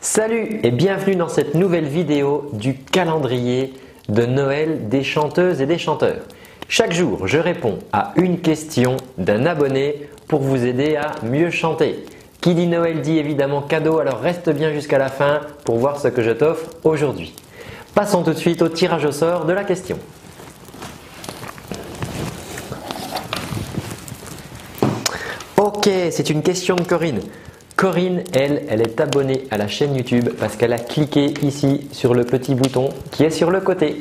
Salut et bienvenue dans cette nouvelle vidéo du calendrier de Noël des chanteuses et des chanteurs. Chaque jour, je réponds à une question d'un abonné pour vous aider à mieux chanter. Qui dit Noël dit évidemment cadeau, alors reste bien jusqu'à la fin pour voir ce que je t'offre aujourd'hui. Passons tout de suite au tirage au sort de la question. Ok, c'est une question de Corinne. Corinne, elle est abonnée à la chaîne YouTube parce qu'elle a cliqué ici sur le petit bouton qui est sur le côté.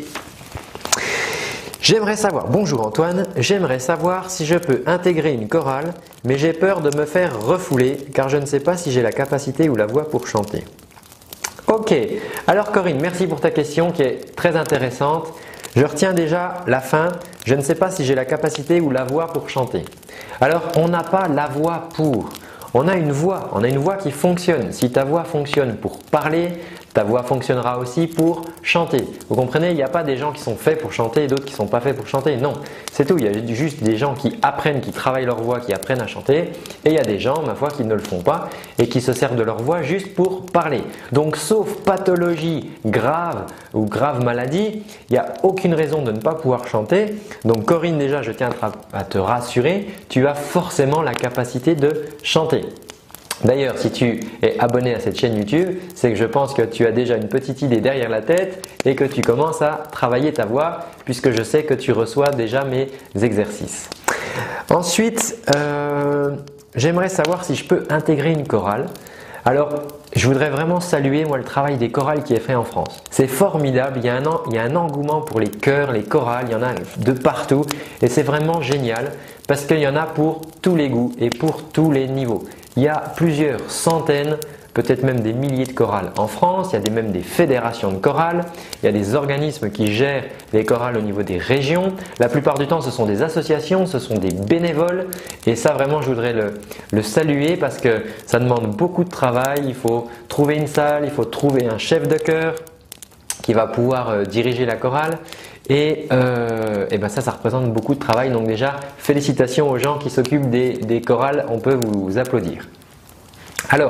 J'aimerais savoir, bonjour Antoine, j'aimerais savoir si je peux intégrer une chorale, mais j'ai peur de me faire refouler car je ne sais pas si j'ai la capacité ou la voix pour chanter. Ok, alors Corinne, merci pour ta question qui est très intéressante. Je retiens déjà la fin, je ne sais pas si j'ai la capacité ou la voix pour chanter. Alors, on n'a pas la voix pour. On a une voix qui fonctionne. Si ta voix fonctionne pour parler, ta voix fonctionnera aussi pour chanter. Vous comprenez, il n'y a pas des gens qui sont faits pour chanter et d'autres qui ne sont pas faits pour chanter. Non, c'est tout. Il y a juste des gens qui apprennent, qui travaillent leur voix, qui apprennent à chanter. Et il y a des gens, ma foi, qui ne le font pas et qui se servent de leur voix juste pour parler. Donc, sauf pathologie grave ou grave maladie, il n'y a aucune raison de ne pas pouvoir chanter. Donc, Corinne, déjà, je tiens à te rassurer, tu as forcément la capacité de chanter. D'ailleurs, si tu es abonné à cette chaîne YouTube, c'est que je pense que tu as déjà une petite idée derrière la tête et que tu commences à travailler ta voix puisque je sais que tu reçois déjà mes exercices. Ensuite, j'aimerais savoir si je peux intégrer une chorale. Alors, je voudrais vraiment saluer le travail des chorales qui est fait en France. C'est formidable, il y a un engouement pour les chœurs, les chorales, il y en a de partout et c'est vraiment génial parce qu'il y en a pour tous les goûts et pour tous les niveaux. Il y a plusieurs centaines, peut-être même des milliers de chorales en France, il y a même des fédérations de chorales, il y a des organismes qui gèrent les chorales au niveau des régions. La plupart du temps, ce sont des associations, ce sont des bénévoles et ça vraiment, je voudrais le saluer parce que ça demande beaucoup de travail. Il faut trouver une salle, il faut trouver un chef de chœur qui va pouvoir diriger la chorale et ça représente beaucoup de travail. Donc déjà, félicitations aux gens qui s'occupent des chorales, on peut vous applaudir. Alors,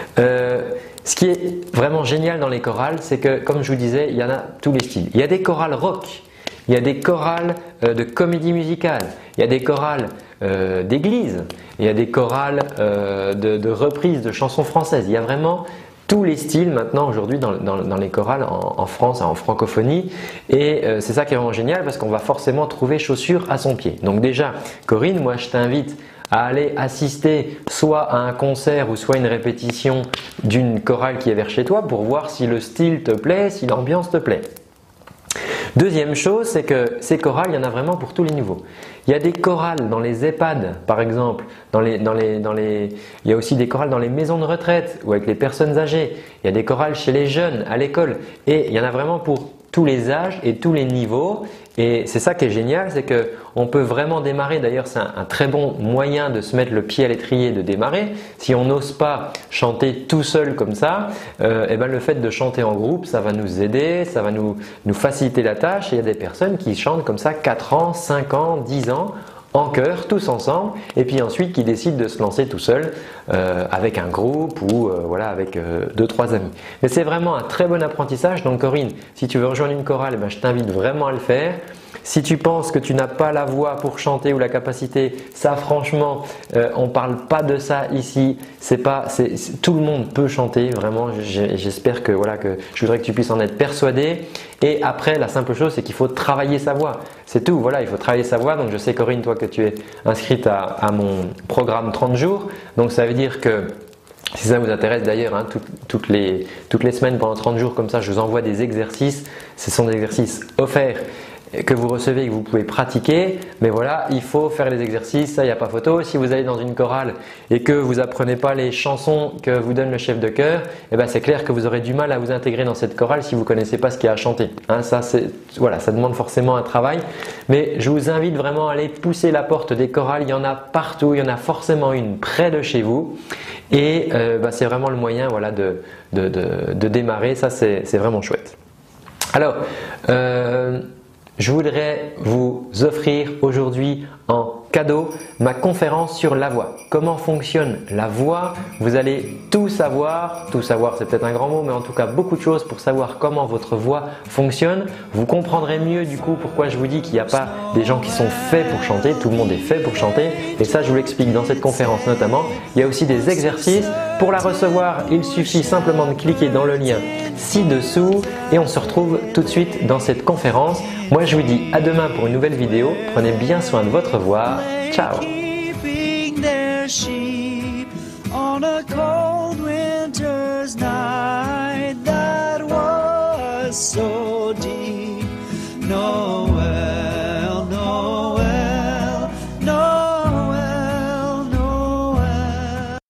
ce qui est vraiment génial dans les chorales, c'est que comme je vous disais, il y en a tous les styles. Il y a des chorales rock, il y a des chorales de comédie musicale, il y a des chorales d'église, il y a des chorales de reprises de chansons françaises. Il y a vraiment tous les styles maintenant aujourd'hui dans les chorales en France, en francophonie et c'est ça qui est vraiment génial parce qu'on va forcément trouver chaussure à son pied. Donc déjà Corinne, moi je t'invite à aller assister soit à un concert ou soit une répétition d'une chorale qui est vers chez toi pour voir si le style te plaît, si l'ambiance te plaît. Deuxième chose, c'est que ces chorales, il y en a vraiment pour tous les niveaux. Il y a des chorales dans les EHPAD, par exemple. Il y a aussi des chorales dans les maisons de retraite ou avec les personnes âgées. Il y a des chorales chez les jeunes, à l'école. Et il y en a vraiment pour tous les âges et tous les niveaux. Et c'est ça qui est génial, c'est qu'on peut vraiment démarrer. D'ailleurs, c'est un très bon moyen de se mettre le pied à l'étrier, de démarrer. Si on n'ose pas chanter tout seul comme ça, le fait de chanter en groupe, ça va nous aider, ça va nous faciliter la tâche. Et il y a des personnes qui chantent comme ça 4 ans, 5 ans, 10 ans en chœur, tous ensemble, et puis ensuite qui décident de se lancer tout seul avec un groupe ou avec 2-3 amis. Mais c'est vraiment un très bon apprentissage. Donc Corinne, si tu veux rejoindre une chorale, je t'invite vraiment à le faire. Si tu penses que tu n'as pas la voix pour chanter ou la capacité, ça franchement, on ne parle pas de ça ici. Tout le monde peut chanter, vraiment. J'espère que je voudrais que tu puisses en être persuadé. Et après, la simple chose, c'est qu'il faut travailler sa voix. C'est tout, il faut travailler sa voix. Donc je sais Corinne, toi que tu es inscrite à mon programme 30 jours. Donc ça veut dire que si ça vous intéresse d'ailleurs, toutes les semaines pendant 30 jours comme ça, je vous envoie des exercices. Ce sont des exercices offerts que vous recevez et que vous pouvez pratiquer, mais voilà, il faut faire les exercices, ça il n'y a pas photo. Si vous allez dans une chorale et que vous apprenez pas les chansons que vous donne le chef de chœur, c'est clair que vous aurez du mal à vous intégrer dans cette chorale si vous connaissez pas ce qu'il y a à chanter. Ça demande forcément un travail, mais je vous invite vraiment à aller pousser la porte des chorales. Il y en a partout, il y en a forcément une près de chez vous et c'est vraiment le moyen de démarrer. Ça c'est vraiment chouette. Alors je voudrais vous offrir aujourd'hui en cadeau ma conférence sur la voix. Comment fonctionne la voix? Vous allez tout savoir. Tout savoir, c'est peut-être un grand mot, mais en tout cas beaucoup de choses pour savoir comment votre voix fonctionne. Vous comprendrez mieux du coup pourquoi je vous dis qu'il n'y a pas des gens qui sont faits pour chanter. Tout le monde est fait pour chanter et ça je vous l'explique dans cette conférence notamment. Il y a aussi des exercices. Pour la recevoir, il suffit simplement de cliquer dans le lien ci-dessous et on se retrouve tout de suite dans cette conférence. Moi je vous dis à demain pour une nouvelle vidéo. Prenez bien soin de votre voix. Ciao! So deep, no